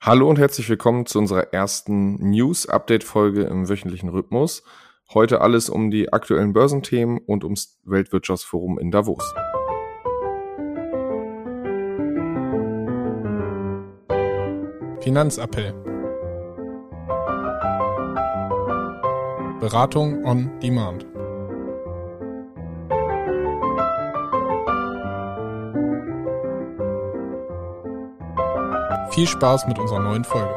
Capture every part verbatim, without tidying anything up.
Hallo und herzlich willkommen zu unserer ersten News-Update-Folge im wöchentlichen Rhythmus. Heute alles um die aktuellen Börsenthemen und ums Weltwirtschaftsforum in Davos. Finanzappell. Beratung on Demand. Viel Spaß mit unserer neuen Folge.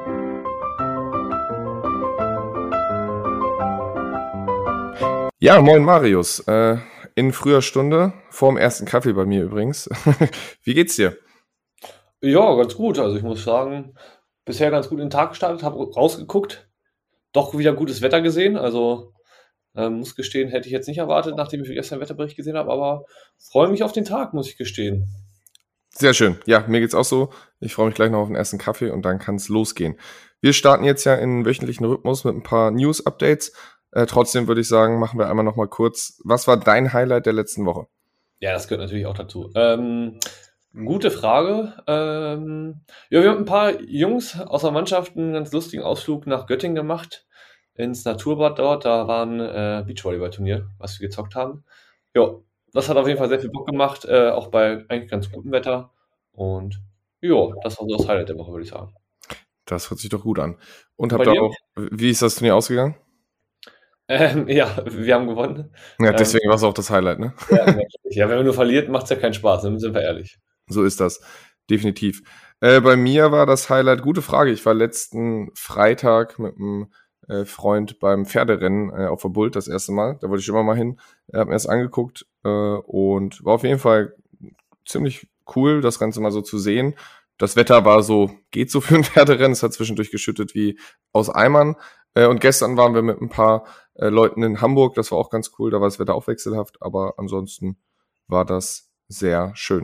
Ja, moin Marius. Äh, in früher Stunde, vorm ersten Kaffee bei mir übrigens. Wie geht's dir? Ja, ganz gut. Also ich muss sagen, bisher ganz gut in den Tag gestartet, habe rausgeguckt, doch wieder gutes Wetter gesehen. Also äh, muss gestehen, hätte ich jetzt nicht erwartet, nachdem ich gestern den Wetterbericht gesehen habe, aber freue mich auf den Tag, muss ich gestehen. Sehr schön. Ja, mir geht's auch so. Ich freue mich gleich noch auf den ersten Kaffee und dann kann es losgehen. Wir starten jetzt ja in wöchentlichen Rhythmus mit ein paar News-Updates. Äh, trotzdem würde ich sagen, machen wir einmal noch mal kurz. Was war dein Highlight der letzten Woche? Ja, das gehört natürlich auch dazu. Ähm, gute Frage. Ähm, ja, wir haben ein paar Jungs aus der Mannschaft einen ganz lustigen Ausflug nach Göttingen gemacht, ins Naturbad dort. Da war ein äh, Beachvolleyball-Turnier, was wir gezockt haben. Ja, das hat auf jeden Fall sehr viel Bock gemacht, äh, auch bei eigentlich ganz gutem Wetter. Und ja, das war so das Highlight der Woche, würde ich sagen. Das hört sich doch gut an. Und Und habt bei ihr dir? auch, wie ist das Turnier ausgegangen? Ähm, ja, wir haben gewonnen. Ja, Ähm, deswegen war es auch das Highlight, ne? ja, natürlich. Ja, wenn man nur verliert, macht es ja keinen Spaß, ne? Sind wir ehrlich. So ist das. Definitiv. Äh, bei mir war das Highlight, gute Frage. Ich war letzten Freitag mit einem äh, Freund beim Pferderennen äh, auf der Bult das erste Mal. Da wollte ich immer mal hin. Ich habe mir das angeguckt äh, und war auf jeden Fall ziemlich cool, das Ganze mal so zu sehen. Das Wetter war so, geht so für ein Pferderennen. Es hat zwischendurch geschüttet wie aus Eimern. Äh, und gestern waren wir mit ein paar äh, Leuten in Hamburg. Das war auch ganz cool. Da war das Wetter auch wechselhaft. Aber ansonsten war das sehr schön.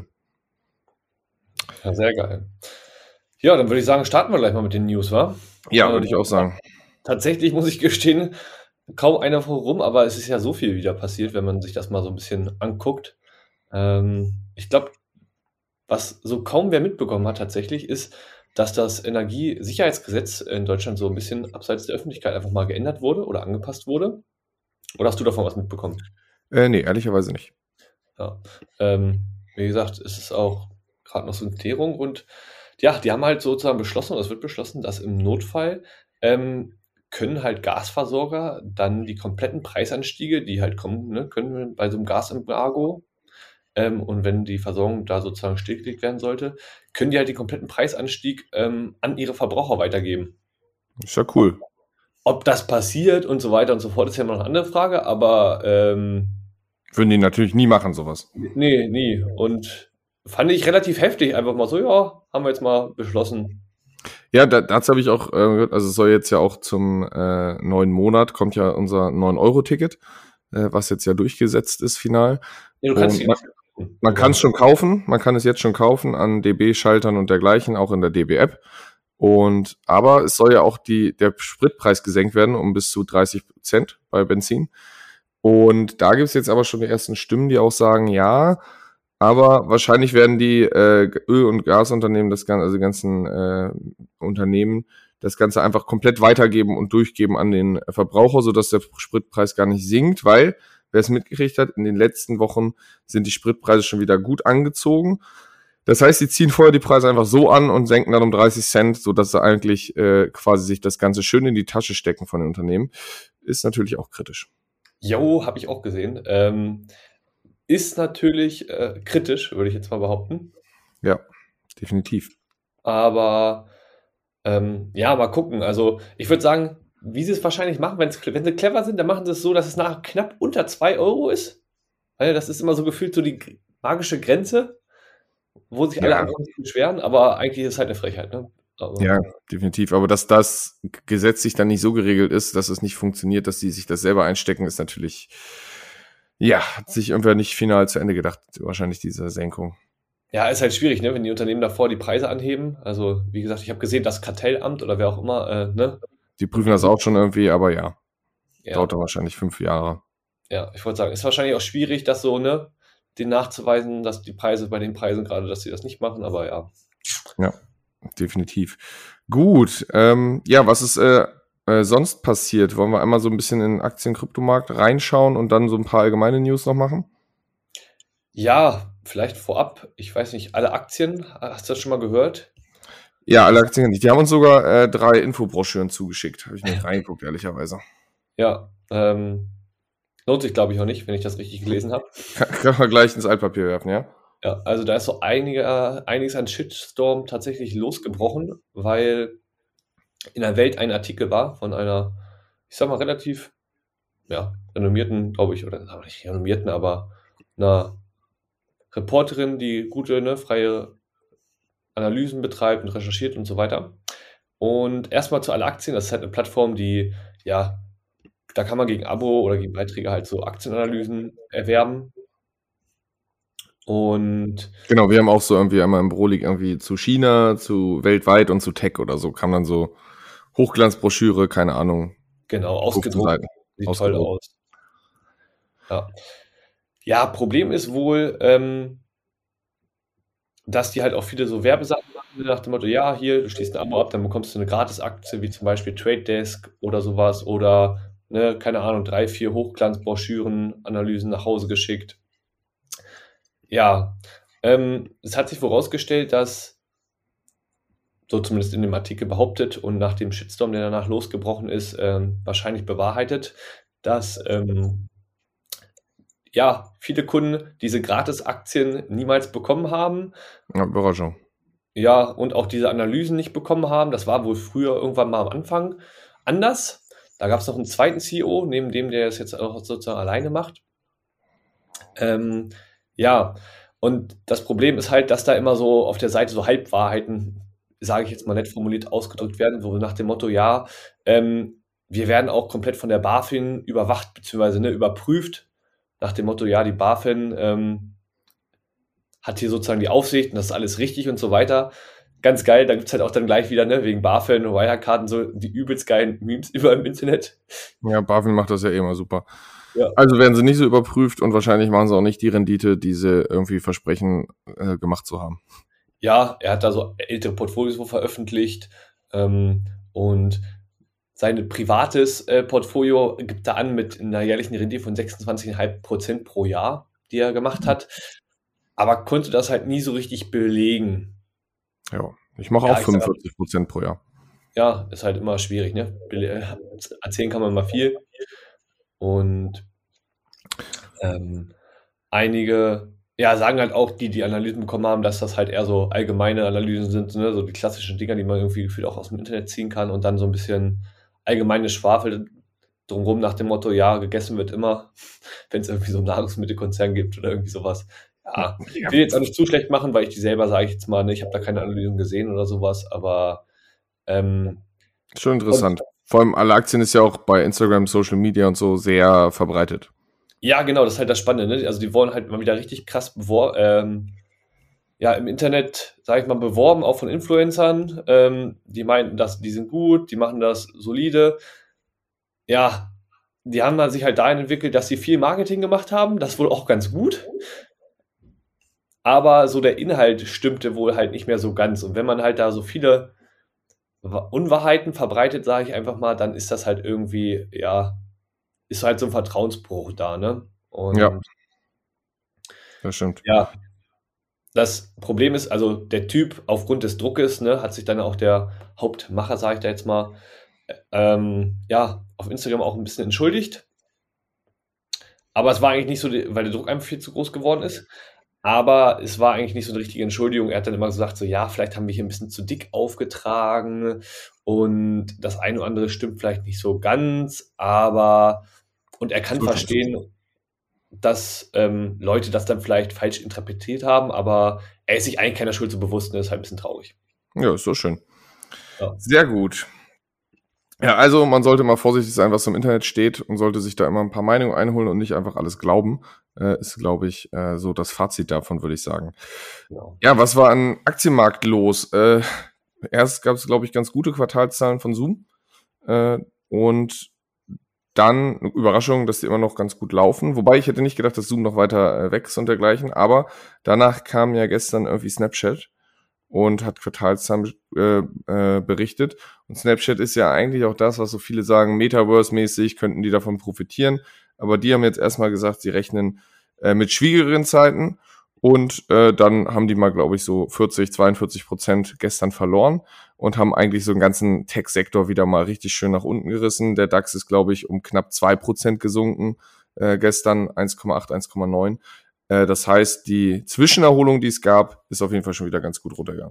Ja, sehr geil. Ja, dann würde ich sagen, starten wir gleich mal mit den News, wa? Ja, Ähm, würde ich auch sagen. Tatsächlich muss ich gestehen, kaum einer vorum, aber es ist ja so viel wieder passiert, wenn man sich das mal so ein bisschen anguckt. Ähm, ich glaube, was so kaum wer mitbekommen hat tatsächlich, ist, dass das Energiesicherheitsgesetz in Deutschland so ein bisschen abseits der Öffentlichkeit einfach mal geändert wurde oder angepasst wurde. Oder hast du davon was mitbekommen? Äh, nee, ehrlicherweise nicht. Ja. Ähm, wie gesagt, es ist auch gerade noch so in Klärung und ja, die haben halt sozusagen beschlossen, oder es wird beschlossen, dass im Notfall ähm, können halt Gasversorger dann die kompletten Preisanstiege, die halt kommen, ne, können bei so einem Gasembargo, ähm, und wenn die Versorgung da sozusagen stillgelegt werden sollte, können die halt den kompletten Preisanstieg ähm, an ihre Verbraucher weitergeben. Ist ja cool. Ob das passiert und so weiter und so fort, ist ja immer noch eine andere Frage, aber ähm, Würden die natürlich nie machen, sowas. nee, nie. Und fand ich relativ heftig, einfach mal so, ja, haben wir jetzt mal beschlossen. Ja, da, dazu habe ich auch äh, gehört, also es soll jetzt ja auch zum äh, neuen Monat, kommt ja unser neun Euro Ticket, äh, was jetzt ja durchgesetzt ist, final. Ja, du kannst Und die man man kann es schon kaufen, man kann es jetzt schon kaufen an D B-Schaltern und dergleichen, auch in der D B-App. Und aber es soll ja auch die, der Spritpreis gesenkt werden um bis zu dreißig Prozent bei Benzin. Und da gibt es jetzt aber schon die ersten Stimmen, die auch sagen, ja, aber wahrscheinlich werden die äh, Öl- und Gasunternehmen, das ganze, also die ganzen äh, Unternehmen, das Ganze einfach komplett weitergeben und durchgeben an den Verbraucher, sodass der Spritpreis gar nicht sinkt, weil, wer es mitgekriegt hat, in den letzten Wochen sind die Spritpreise schon wieder gut angezogen. Das heißt, sie ziehen vorher die Preise einfach so an und senken dann um dreißig Cent, sodass sie eigentlich äh, quasi sich das Ganze schön in die Tasche stecken von den Unternehmen. Ist natürlich auch kritisch. Jo, habe ich auch gesehen. Ähm, ist natürlich äh, kritisch, würde ich jetzt mal behaupten. Ja, definitiv. Aber ähm, ja, mal gucken. Also ich würde sagen, wie sie es wahrscheinlich machen, wenn's, wenn sie clever sind, dann machen sie es so, dass es nachher knapp unter zwei Euro ist. Weil das ist immer so gefühlt so die g- magische Grenze, wo sich alle Ja. anfangen zu beschweren, aber eigentlich ist es halt eine Frechheit. Ne? Aber, Ja, definitiv. Aber dass das gesetzlich dann nicht so geregelt ist, dass es nicht funktioniert, dass die sich das selber einstecken, ist natürlich, ja, hat sich irgendwer nicht final zu Ende gedacht, wahrscheinlich diese Senkung. Ja, ist halt schwierig, ne, wenn die Unternehmen davor die Preise anheben. Also, wie gesagt, ich habe gesehen, das Kartellamt oder wer auch immer, äh, ne? Die prüfen das auch schon irgendwie, aber ja, Ja, dauert dann wahrscheinlich fünf Jahre. ja, ich wollte sagen, ist wahrscheinlich auch schwierig, das so, ne, den nachzuweisen, dass die Preise bei den Preisen gerade, dass sie das nicht machen, aber ja. Ja. Definitiv. Gut, ähm, ja, was ist äh, äh, sonst passiert? Wollen wir einmal so ein bisschen in den Aktien-Kryptomarkt reinschauen und dann so ein paar allgemeine News noch machen? Ja, vielleicht vorab, ich weiß nicht, alle Aktien, hast du das schon mal gehört? Ja, alle Aktien nicht. Die haben uns sogar äh, drei Infobroschüren zugeschickt. Habe ich nicht reingeguckt, ehrlicherweise. Ja, ähm, lohnt sich, glaube ich, auch nicht, wenn ich das richtig gelesen habe. Kann, kann man gleich ins Altpapier werfen, ja? Ja, also da ist so einige, einiges an Shitstorm tatsächlich losgebrochen, weil in der Welt ein Artikel war von einer, ich sag mal, relativ ja, renommierten, glaube ich, oder nicht renommierten, aber einer Reporterin, die gute, ne, freie Analysen betreibt und recherchiert und so weiter. Und erstmal zu alle Aktien, das ist halt eine Plattform, die, ja, da kann man gegen Abo oder gegen Beiträge halt so Aktienanalysen erwerben. Und Genau, wir haben auch so irgendwie einmal im Brolik irgendwie zu China, zu weltweit und zu Tech oder so, kam dann so Hochglanzbroschüre, keine Ahnung. genau, fünfzehn ausgedruckt, Seiten. sieht toll Ausgedruckt. aus. Ja. Ja, Problem ist wohl, ähm, dass die halt auch viele so Werbesachen machen, nach dem Motto, ja, hier, du schließt ein Abo ab, dann bekommst du eine Gratisaktie, wie zum Beispiel Trade Desk oder sowas oder, ne, keine Ahnung, drei, vier Hochglanzbroschüren, Analysen nach Hause geschickt. Ja, ähm, es hat sich vorausgestellt, dass, so zumindest in dem Artikel behauptet und nach dem Shitstorm, der danach losgebrochen ist, ähm, wahrscheinlich bewahrheitet, dass ähm, ja, viele Kunden diese Gratisaktien niemals bekommen haben. Ja, Überraschung. Ja, und auch diese Analysen nicht bekommen haben. Das war wohl früher irgendwann mal am Anfang anders. Da gab es noch einen zweiten C E O, neben dem, der es jetzt auch sozusagen alleine macht. Ähm, ja, und das Problem ist halt, dass da immer so auf der Seite so Halbwahrheiten, sage ich jetzt mal nett formuliert, ausgedrückt werden, so nach dem Motto, ja, ähm, wir werden auch komplett von der BaFin überwacht bzw. Ne, überprüft. Nach dem Motto, ja, die BaFin ähm, hat hier sozusagen die Aufsicht und das ist alles richtig und so weiter. Ganz geil, da gibt es halt auch dann gleich wieder, ne, wegen BaFin und Wirecard so die übelst geilen Memes über im Internet. Ja, BaFin macht das ja eh immer super. Ja. Also werden sie nicht so überprüft und wahrscheinlich machen sie auch nicht die Rendite, die sie irgendwie versprechen, äh, gemacht zu haben. Ja, er hat da so ältere Portfolios wo veröffentlicht ähm, und sein privates äh, Portfolio gibt er an mit einer jährlichen Rendite von sechsundzwanzig Komma fünf Prozent pro Jahr, die er gemacht hat, aber konnte das halt nie so richtig belegen. Ja, ich mache Ja, auch ich sag- fünfundvierzig Prozent pro Jahr. Ja, ist halt immer schwierig, ne? Bele- Erzählen kann man mal viel. Und ähm, einige, ja, sagen halt auch, die die Analysen bekommen haben, dass das halt eher so allgemeine Analysen sind, ne? So die klassischen Dinger, die man irgendwie gefühlt auch aus dem Internet ziehen kann und dann so ein bisschen allgemeine Schwafel drumherum nach dem Motto, ja, gegessen wird immer, wenn es irgendwie so einen Nahrungsmittelkonzern gibt oder irgendwie sowas. Ja, ich will jetzt auch nicht zu schlecht machen, weil ich die selber, sage ich jetzt mal, ne, ich habe da keine Analysen gesehen oder sowas, aber ähm, Schon interessant. Vor allem alle Aktien ist ja auch bei Instagram, Social Media und so sehr verbreitet. ja, genau, das ist halt das Spannende, ne? Also die wurden halt mal wieder richtig krass beworben, ähm, ja, im Internet, sage ich mal, beworben, auch von Influencern. Ähm, die meinten, dass die sind gut, die machen das solide. Ja, die haben halt sich halt dahin entwickelt, dass sie viel Marketing gemacht haben, das wohl auch ganz gut. Aber so der Inhalt stimmte wohl halt nicht mehr so ganz. Und wenn man halt da so viele Wa- Unwahrheiten verbreitet, sage ich einfach mal, dann ist das halt irgendwie, ja, ist halt so ein Vertrauensbruch da, ne? Und Ja. Das stimmt. ja, das Problem ist, also der Typ aufgrund des Druckes, ne, hat sich dann auch der Hauptmacher, sage ich da jetzt mal, ähm, ja, auf Instagram auch ein bisschen entschuldigt. Aber es war eigentlich nicht so, die- weil der Druck einfach viel zu groß geworden ist. Aber es war eigentlich nicht so eine richtige Entschuldigung. Er hat dann immer gesagt, so ja, vielleicht haben wir hier ein bisschen zu dick aufgetragen und das eine oder andere stimmt vielleicht nicht so ganz, aber und er kann So verstehen, dass ähm, Leute das dann vielleicht falsch interpretiert haben, aber er ist sich eigentlich keiner Schuld so bewusst und das ist halt ein bisschen traurig. Ja, ist so schön. Ja. Sehr gut. Ja, also man sollte mal vorsichtig sein, was im Internet steht und sollte sich da immer ein paar Meinungen einholen und nicht einfach alles glauben. Äh, ist, glaube ich, äh, so das Fazit davon, würde ich sagen. Genau. Ja, was war am Aktienmarkt los? Äh, erst gab es, glaube ich, ganz gute Quartalszahlen von Zoom. Äh, und dann, Überraschung, dass die immer noch ganz gut laufen. Wobei ich hätte nicht gedacht, dass Zoom noch weiter äh, wächst und dergleichen. Aber danach kam ja gestern irgendwie Snapchat. und hat Quartalszahlen äh, äh, berichtet. Und Snapchat ist ja eigentlich auch das, was so viele sagen, Metaverse-mäßig könnten die davon profitieren. Aber die haben jetzt erstmal gesagt, sie rechnen äh, mit schwierigeren Zeiten. Und äh, dann haben die mal, glaube ich, so vierzig, zweiundvierzig Prozent gestern verloren und haben eigentlich so einen ganzen Tech-Sektor wieder mal richtig schön nach unten gerissen. Der DAX ist, glaube ich, um knapp zwei Prozent gesunken, äh, gestern eins Komma acht, eins Komma neun. Äh, das heißt, die Zwischenerholung, die es gab, ist auf jeden Fall schon wieder ganz gut runtergegangen.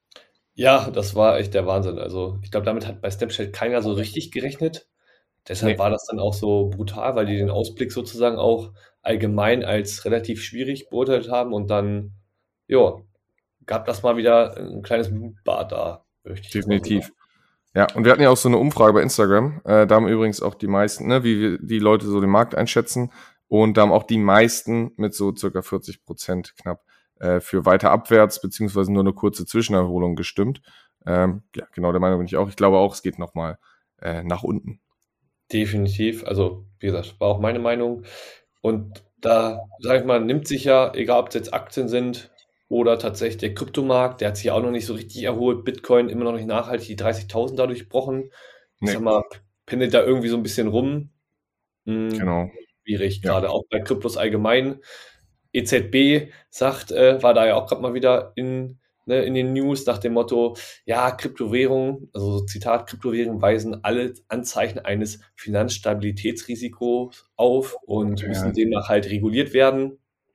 Ja, das war echt der Wahnsinn. Also ich glaube, damit hat bei Snapchat keiner so richtig gerechnet. Deshalb Nee. war das dann auch so brutal, weil die den Ausblick sozusagen auch allgemein als relativ schwierig beurteilt haben und dann, ja, gab das mal wieder ein kleines Blutbad da, möchte ich jetzt mal so sagen. Definitiv. Ja, und wir hatten ja auch so eine Umfrage bei Instagram. Äh, da haben übrigens auch die meisten, ne, wie wir, die Leute so den Markt einschätzen. Und da haben auch die meisten mit so circa vierzig Prozent knapp äh, für weiter abwärts, beziehungsweise nur eine kurze Zwischenerholung gestimmt. Ähm, ja, genau, der Meinung bin ich auch. Ich glaube auch, es geht nochmal äh, nach unten. Definitiv. Also, wie gesagt, war auch meine Meinung. Und da, sage ich mal, nimmt sich ja, egal ob es jetzt Aktien sind oder tatsächlich der Kryptomarkt, der hat sich ja auch noch nicht so richtig erholt. Bitcoin immer noch nicht nachhaltig die dreißigtausend da durchbrochen. Ich Nee. sag mal, pendelt da irgendwie so ein bisschen rum. Hm, Genau. Schwierig, Ja. gerade auch bei Kryptos allgemein. E Z B sagt, äh, war da ja auch gerade mal wieder in, ne, in den News nach dem Motto, ja, Kryptowährungen, also Zitat, Kryptowährungen weisen alle Anzeichen eines Finanzstabilitätsrisikos auf und Ja. müssen demnach halt reguliert werden.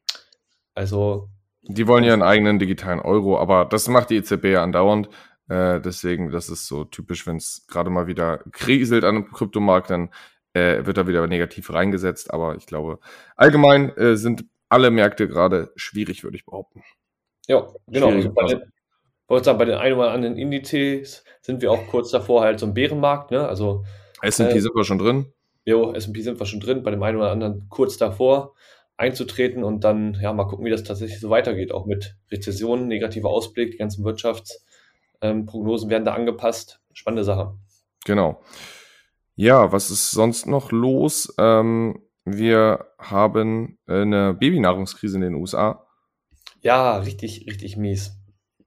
Also, Die wollen ja einen eigenen digitalen Euro, aber das macht die E Z B ja andauernd. Äh, deswegen, das ist so typisch, wenn es gerade mal wieder kriselt an einem Kryptomarkt, dann äh, wird da wieder negativ reingesetzt. Aber ich glaube, allgemein äh, sind alle Märkte gerade schwierig, würde ich behaupten. ja, genau. Schwierige Also bei Phase. den, wollte sagen, bei den ein oder anderen Indizes sind wir auch kurz davor halt so ein Bärenmarkt, ne? Also S und P äh, sind wir schon drin. Jo, S und P sind wir schon drin, bei dem einen oder anderen kurz davor einzutreten und dann, ja, mal gucken, wie das tatsächlich so weitergeht, auch mit Rezession, negativer Ausblick, die ganzen Wirtschaftsprognosen ähm, werden da angepasst. Spannende Sache. Genau. Ja, was ist sonst noch los? Ähm, wir haben eine Babynahrungskrise in den U S A. Ja, richtig, richtig mies.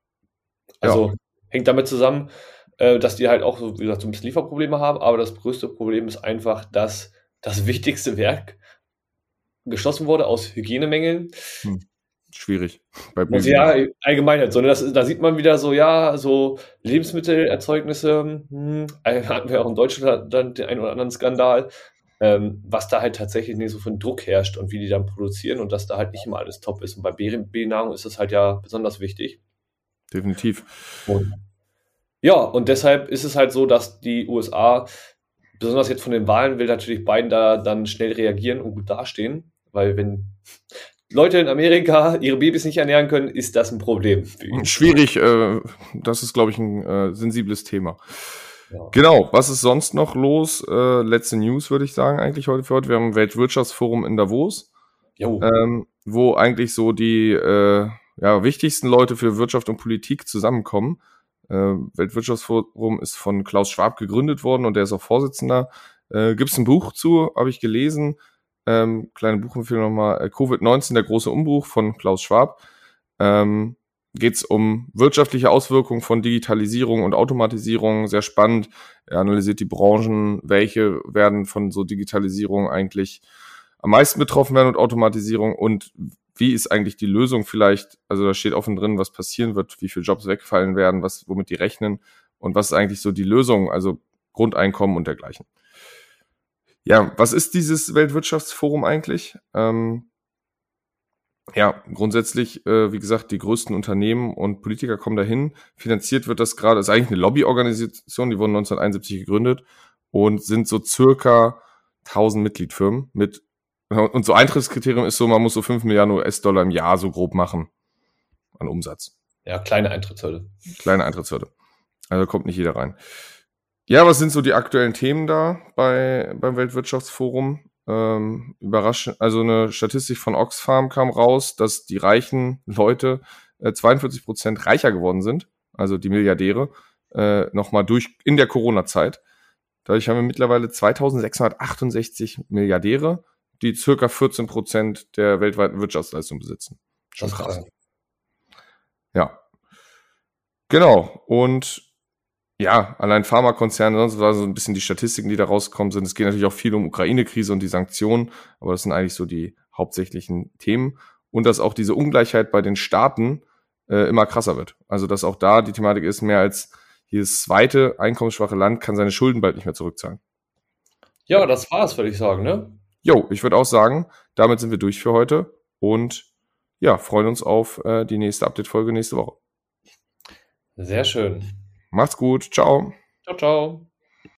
Also ja. Hängt damit zusammen, äh, dass die halt auch, so, wie gesagt, so ein bisschen Lieferprobleme haben, aber das größte Problem ist einfach, dass das wichtigste Werk geschlossen wurde aus Hygienemängeln. Hm. Schwierig. Bei also ja, allgemein halt so. Ne? Das, da sieht man wieder so, ja, so Lebensmittelerzeugnisse, hm, hatten wir auch in Deutschland dann den einen oder anderen Skandal, ähm, was da halt tatsächlich nicht so für einen Druck herrscht und wie die dann produzieren und dass da halt nicht immer alles top ist. Und bei Babynahrung ist das halt ja besonders wichtig. Definitiv. Und, ja, und deshalb ist es halt so, dass die U S A, besonders jetzt von den Wahlen, will natürlich Biden da dann schnell reagieren und gut dastehen, weil wenn Leute in Amerika ihre Babys nicht ernähren können, ist das ein Problem. Schwierig, äh, das ist, glaube ich, ein äh, sensibles Thema. Ja. Genau, was ist sonst noch los? Äh, letzte News, würde ich sagen, eigentlich heute für heute. Wir haben ein Weltwirtschaftsforum in Davos, ähm, wo eigentlich so die äh, ja, wichtigsten Leute für Wirtschaft und Politik zusammenkommen. Äh, Weltwirtschaftsforum ist von Klaus Schwab gegründet worden und der ist auch Vorsitzender. Äh, Gibt es ein Buch zu, habe ich gelesen. Ähm, kleine Buchempfehlung nochmal, Covid neunzehn, der große Umbruch von Klaus Schwab. Ähm, geht es um wirtschaftliche Auswirkungen von Digitalisierung und Automatisierung, sehr spannend. Er analysiert die Branchen, welche werden von so Digitalisierung eigentlich am meisten betroffen werden und Automatisierung und wie ist eigentlich die Lösung vielleicht, also da steht offen drin, was passieren wird, wie viele Jobs wegfallen werden, was womit die rechnen und was ist eigentlich so die Lösung, also Grundeinkommen und dergleichen. Ja, was ist dieses Weltwirtschaftsforum eigentlich? Ähm, ja, grundsätzlich, äh, wie gesagt, die größten Unternehmen und Politiker kommen dahin. Finanziert wird das gerade, ist eigentlich eine Lobbyorganisation, die wurden neunzehnhunderteinundsiebzig gegründet und sind so circa tausend Mitgliedfirmen mit, und so Eintrittskriterium ist so, man muss so fünf Milliarden U S-Dollar im Jahr so grob machen an Umsatz. Ja, kleine Eintrittshürde. Kleine Eintrittshürde. Also kommt nicht jeder rein. Ja, was sind so die aktuellen Themen da bei beim Weltwirtschaftsforum? Ähm, überraschend, also eine Statistik von Oxfam kam raus, dass die reichen Leute äh, zweiundvierzig Prozent reicher geworden sind, also die Milliardäre, äh, nochmal durch in der Corona-Zeit. Dadurch haben wir mittlerweile zweitausendsechshundertachtundsechzig Milliardäre, die circa vierzehn Prozent der weltweiten Wirtschaftsleistung besitzen. Schon krass. krass. Ja. Genau. Und ja, allein Pharmakonzerne, sonst war so ein bisschen die Statistiken, die da rausgekommen sind. Es geht natürlich auch viel um Ukraine-Krise und die Sanktionen, aber das sind eigentlich so die hauptsächlichen Themen. Und dass auch diese Ungleichheit bei den Staaten äh, immer krasser wird. Also dass auch da die Thematik ist, mehr als jedes zweite einkommensschwache Land kann seine Schulden bald nicht mehr zurückzahlen. Ja, das war's, würde ich sagen, ne? Jo, ich würde auch sagen, damit sind wir durch für heute und ja, freuen uns auf äh, die nächste Update-Folge nächste Woche. Sehr schön. Macht's gut, ciao. Ciao, ciao.